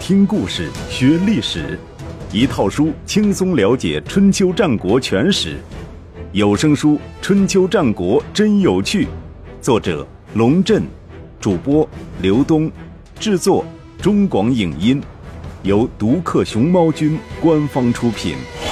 听故事学历史，一套书轻松了解春秋战国全史。有声书《春秋战国真有趣》，作者龙震，主播刘东，制作中广影音，由独克熊猫君官方出品。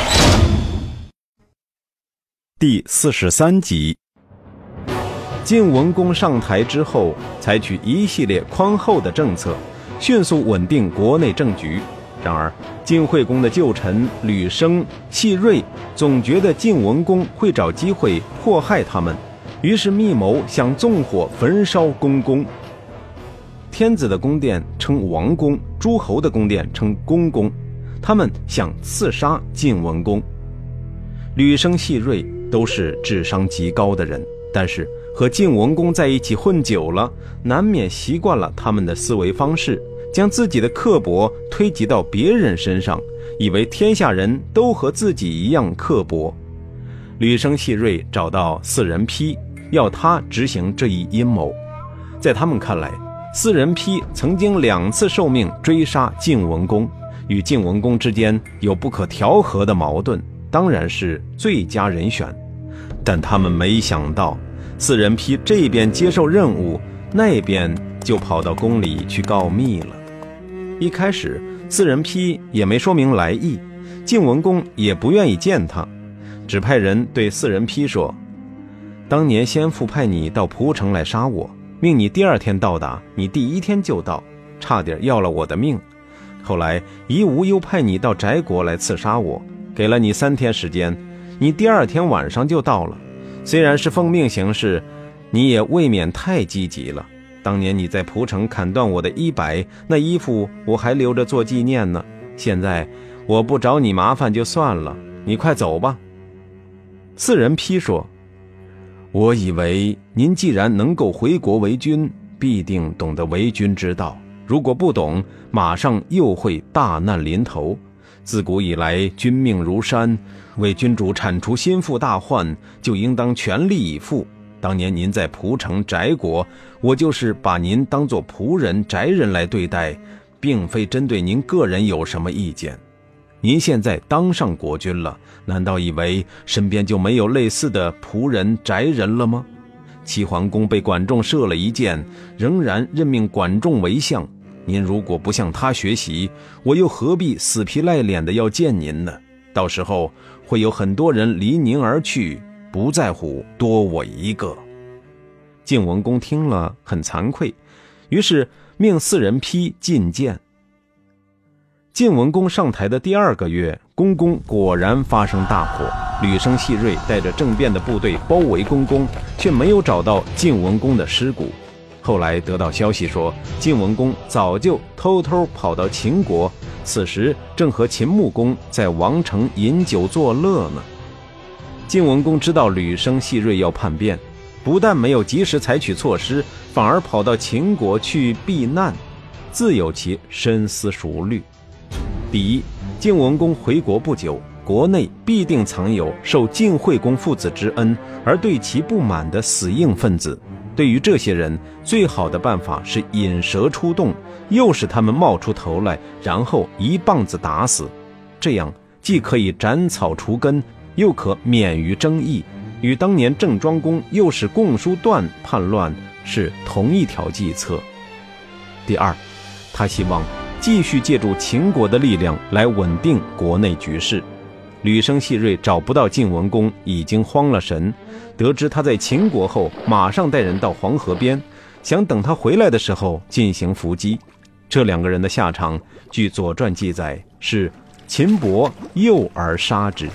第43集。晋文公上台之后，采取一系列宽厚的政策，迅速稳定国内政局。然而晋惠公的旧臣吕生、细锐总觉得晋文公会找机会迫害他们，于是密谋想纵火焚烧公宫。天子的宫殿称王宫，诸侯的宫殿称公宫，他们想刺杀晋文公。吕生、细锐都是智商极高的人，但是和晋文公在一起混久了，难免习惯了他们的思维方式，将自己的刻薄推及到别人身上，以为天下人都和自己一样刻薄。吕生、细锐找到四人丕，要他执行这一阴谋。在他们看来，四人丕曾经2次受命追杀晋文公，与晋文公之间有不可调和的矛盾，当然是最佳人选。但他们没想到，四人丕这边接受任务，那边就跑到宫里去告密了。一开始四人丕也没说明来意，晋文公也不愿意见他，只派人对四人丕说，当年先父派你到蒲城来杀我，命你第2天到达，你第1天就到，差点要了我的命。后来夷吾又派你到翟国来刺杀我，给了你3天时间，你第2天晚上就到了。虽然是奉命行事，你也未免太积极了。当年你在蒲城砍断我的衣摆，那衣服我还留着做纪念呢。现在我不找你麻烦就算了，你快走吧。四人丕说，我以为您既然能够回国为君，必定懂得为君之道，如果不懂，马上又会大难临头。自古以来，君命如山，为君主铲除心腹大患，就应当全力以赴。当年您在蒲城翟国，我就是把您当作仆人翟人来对待，并非针对您个人有什么意见。您现在当上国君了，难道以为身边就没有类似的仆人翟人了吗？齐桓公被管仲射了一箭，仍然任命管仲为相。您如果不向他学习，我又何必死皮赖脸的要见您呢？到时候会有很多人离您而去，不在乎多我一个。晋文公听了很惭愧，于是命四人丕进谏。晋文公上台的第2个月，公宫果然发生大火，吕生、细锐带着政变的部队包围公宫，却没有找到晋文公的尸骨。后来得到消息说，晋文公早就偷偷跑到秦国，此时正和秦穆公在王城饮酒作乐呢。晋文公知道吕生、细锐要叛变，不但没有及时采取措施，反而跑到秦国去避难，自有其深思熟虑。第一，晋文公回国不久，国内必定藏有受晋惠公父子之恩而对其不满的死硬分子。对于这些人，最好的办法是引蛇出洞，诱使他们冒出头来，然后一棒子打死。这样既可以斩草除根，又可免于争议，与当年郑庄公诱使共叔段叛乱是同一条计策。第二，他希望继续借助秦国的力量来稳定国内局势。吕生、细锐找不到晋文公，已经慌了神，得知他在秦国后，马上带人到黄河边，想等他回来的时候进行伏击。这2个人的下场，据《左传》记载是秦伯诱而杀之。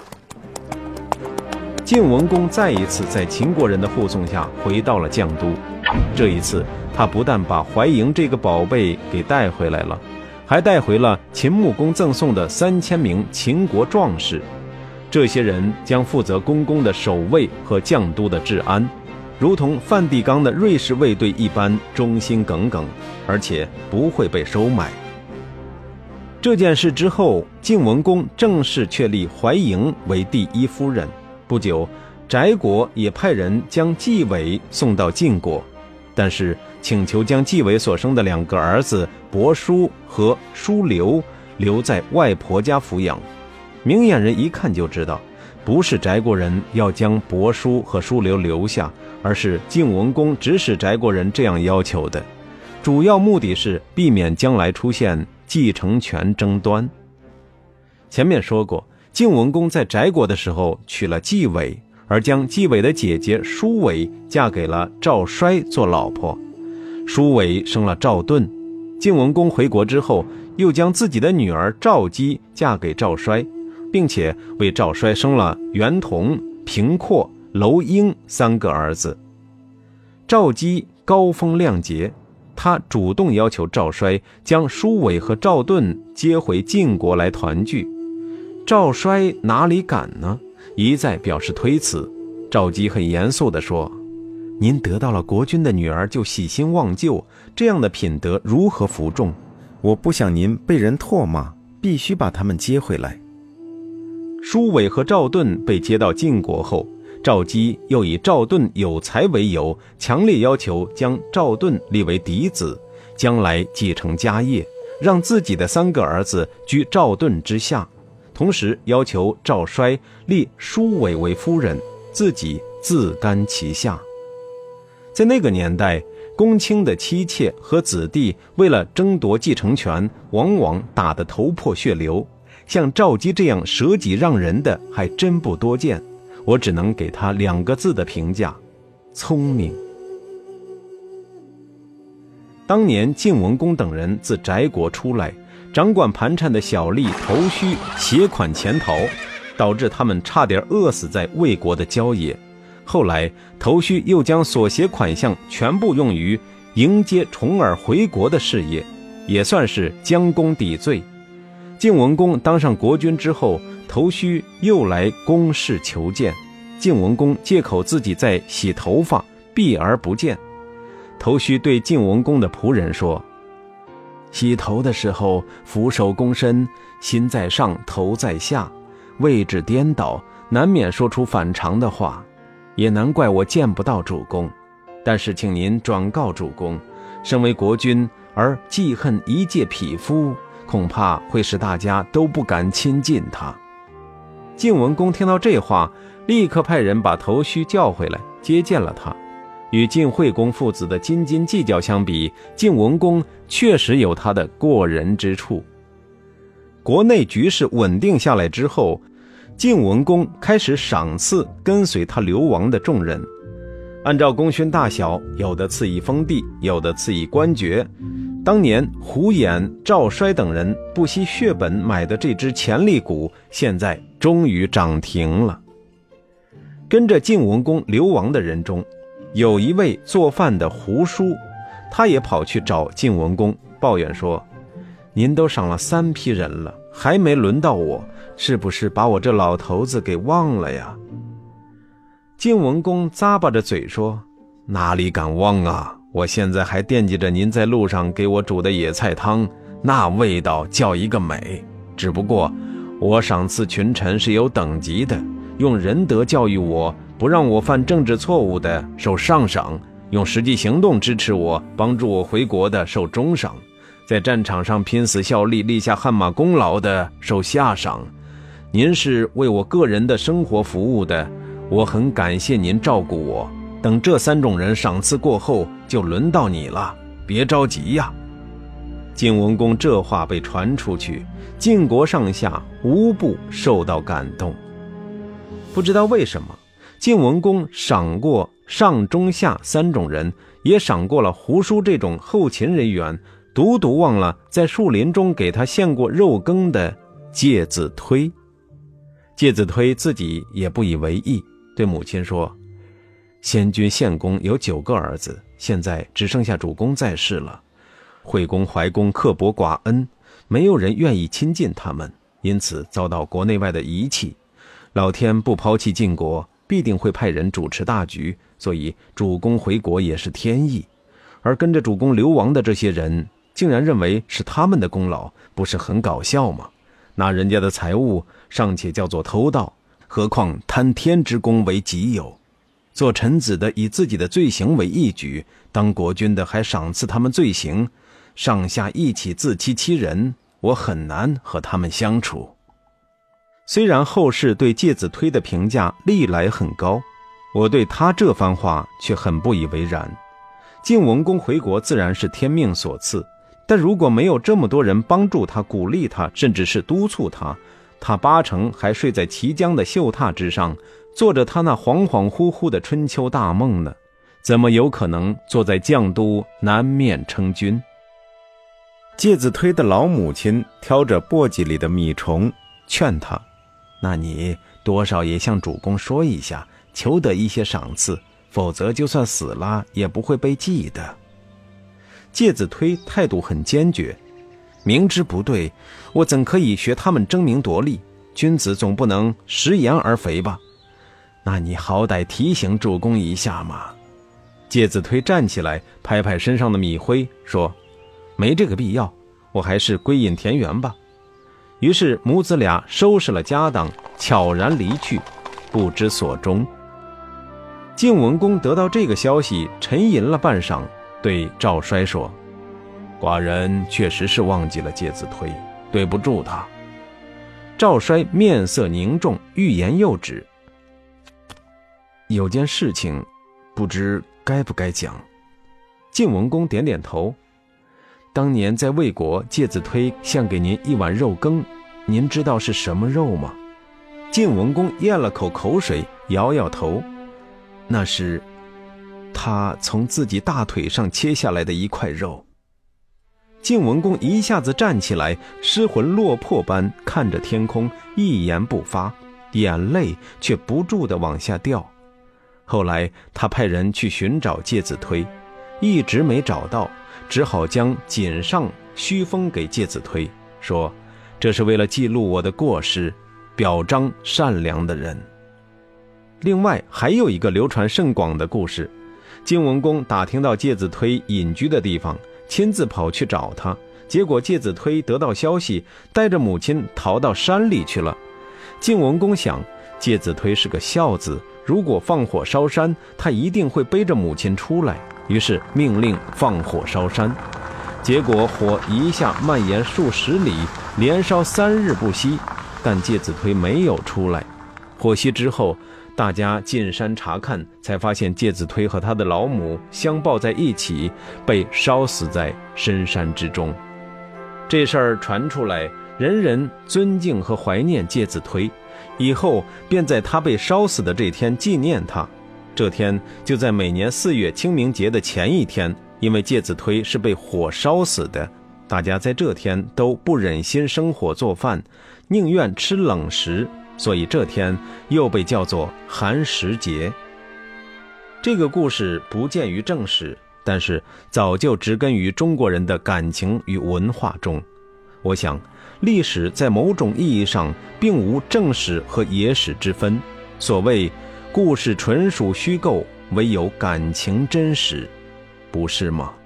晋文公再一次在秦国人的护送下回到了绛都，这一次他不但把怀莹这个宝贝给带回来了，还带回了秦穆公赠送的3000名秦国壮士。这些人将负责公宫的守卫和绛都的治安，如同梵蒂冈的瑞士卫队一般忠心耿耿，而且不会被收买。这件事之后，晋文公正式确立怀莹为第1夫人。不久，翟国也派人将纪委送到晋国，但是请求将继位所生的2个儿子伯叔和叔留留在外婆家抚养。明眼人一看就知道，不是翟国人要将伯叔和叔留留下，而是晋文公指使翟国人这样要求的，主要目的是避免将来出现继承权争端。前面说过，晋文公在翟国的时候娶了纪尾，而将纪尾的姐姐叔尾嫁给了赵衰做老婆。叔尾生了赵盾，晋文公回国之后，又将自己的女儿赵姬嫁给赵衰，并且为赵衰生了袁同、平阔、娄婴3个儿子。赵姬高风亮节，他主动要求赵衰将叔尾和赵盾接回晋国来团聚。赵衰哪里敢呢？一再表示推辞。赵姬很严肃地说：“您得到了国君的女儿就喜新忘旧，这样的品德如何服众？我不想您被人唾骂，必须把他们接回来。”叔尾和赵盾被接到晋国后，赵姬又以赵盾有才为由，强烈要求将赵盾立为嫡子，将来继承家业，让自己的3个儿子居赵盾之下，同时要求赵衰立叔尾为夫人，自己自甘其下。在那个年代，公卿的妻妾和子弟为了争夺继承权，往往打得头破血流，像赵姬这样舍己让人的还真不多见。我只能给他2个字的评价：聪明。当年晋文公等人自翟国出来，掌管盘缠的小吏头须携款潜逃，导致他们差点饿死在魏国的郊野。后来头须又将所携款项全部用于迎接重耳回国的事业，也算是将功抵罪。晋文公当上国君之后，头须又来宫室求见，晋文公借口自己在洗头发，避而不见。头须对晋文公的仆人说：“洗头的时候，俯首躬身，心在上，头在下，位置颠倒，难免说出反常的话，也难怪我见不到主公。但是请您转告主公，身为国君而记恨一介匹夫，恐怕会使大家都不敢亲近他。”晋文公听到这话，立刻派人把头须叫回来接见了他。与晋惠公父子的斤斤计较相比，晋文公确实有他的过人之处。国内局势稳定下来之后，晋文公开始赏赐跟随他流亡的众人，按照功勋大小，有的赐以封地，有的赐以官爵。当年胡衍、赵衰等人不惜血本买的这只潜力股，现在终于涨停了。跟着晋文公流亡的人中，有一位做饭的胡叔，他也跑去找晋文公抱怨说：“您都赏了3批人了，还没轮到我，是不是把我这老头子给忘了呀？”晋文公咂巴着嘴说：“哪里敢忘啊，我现在还惦记着您在路上给我煮的野菜汤，那味道叫一个美。只不过我赏赐群臣是有等级的，用仁德教育我，不让我犯政治错误的受上赏，用实际行动支持我，帮助我回国的受中赏，在战场上拼死效力立下汗马功劳的受下赏。您是为我个人的生活服务的，我很感谢您照顾我。等这3种人赏赐过后，就轮到你了，别着急呀。”晋文公这话被传出去，晋国上下无不受到感动。不知道为什么，晋文公赏过上中下3种人，也赏过了胡叔这种后勤人员，独独忘了在树林中给他献过肉羹的介子推。介子推自己也不以为意，对母亲说：“先君献公有9个儿子，现在只剩下主公在世了。惠公、怀公刻薄寡恩，没有人愿意亲近他们，因此遭到国内外的遗弃。老天不抛弃晋国，必定会派人主持大局，所以主公回国也是天意。而跟着主公流亡的这些人，竟然认为是他们的功劳，不是很搞笑吗？拿人家的财物尚且叫做偷盗，何况贪天之功为己有。” 做臣子的以自己的罪行为义举，当国君的还赏赐他们罪行，上下一起自欺欺人，我很难和他们相处。虽然后世对介子推的评价历来很高，我对他这番话却很不以为然。晋文公回国自然是天命所赐，但如果没有这么多人帮助他、鼓励他，甚至是督促他，他八成还睡在綦江的秀榻之上，做着他那恍恍惚惚的春秋大梦呢，怎么有可能坐在绛都南面称君？介子推的老母亲挑着簸箕里的米虫，劝他：那你多少也向主公说一下，求得一些赏赐，否则就算死了也不会被记的。介子推态度很坚决，明知不对，我怎可以学他们争名夺利？君子总不能食言而肥吧？那你好歹提醒主公一下嘛。介子推站起来，拍拍身上的米灰，说：没这个必要，我还是归隐田园吧。于是母子俩收拾了家当，悄然离去，不知所终。晋文公得到这个消息，沉吟了半晌，对赵衰说：寡人确实是忘记了介子推，对不住他。赵衰面色凝重，欲言又止。有件事情不知该不该讲。晋文公点点头。当年在魏国，介子推献给您一碗肉羹，您知道是什么肉吗？晋文公咽了口口水，摇摇头。那是他从自己大腿上切下来的一块肉。晋文公一下子站起来，失魂落魄般看着天空，一言不发，眼泪却不住地往下掉。后来他派人去寻找介子推，一直没找到，只好将锦上虚封给介子推，说这是为了记录我的过失，表彰善良的人。另外还有一个流传甚广的故事，晋文公打听到介子推隐居的地方，亲自跑去找他，结果介子推得到消息，带着母亲逃到山里去了。晋文公想，介子推是个孝子，如果放火烧山，他一定会背着母亲出来，于是命令放火烧山。结果火一下蔓延数十里，连烧3日不息，但介子推没有出来。火熄之后，大家进山查看，才发现介子推和他的老母相抱在一起，被烧死在深山之中。这事儿传出来，人人尊敬和怀念介子推，以后便在他被烧死的这天纪念他。这天就在每年4月清明节的前一天，因为介子推是被火烧死的，大家在这天都不忍心生火做饭，宁愿吃冷食，所以这天又被叫做寒食节。这个故事不见于正史，但是早就植根于中国人的感情与文化中。我想历史在某种意义上并无正史和野史之分，所谓故事纯属虚构，唯有感情真实，不是吗？